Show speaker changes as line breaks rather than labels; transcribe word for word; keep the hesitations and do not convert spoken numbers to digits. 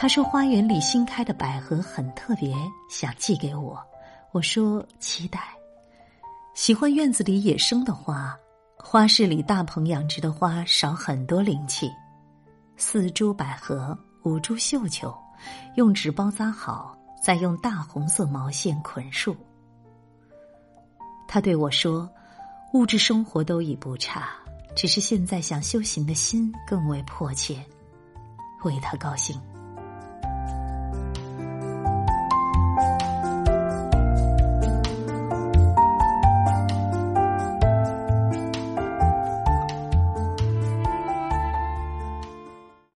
他说花园里新开的百合很特别，想寄给我。我说期待。喜欢院子里野生的花，花市里大棚养殖的花少很多灵气。四株百合，五株绣球，用纸包扎好，再用大红色毛线捆束。他对我说，物质生活都已不差，只是现在想修行的心更为迫切。为他高兴。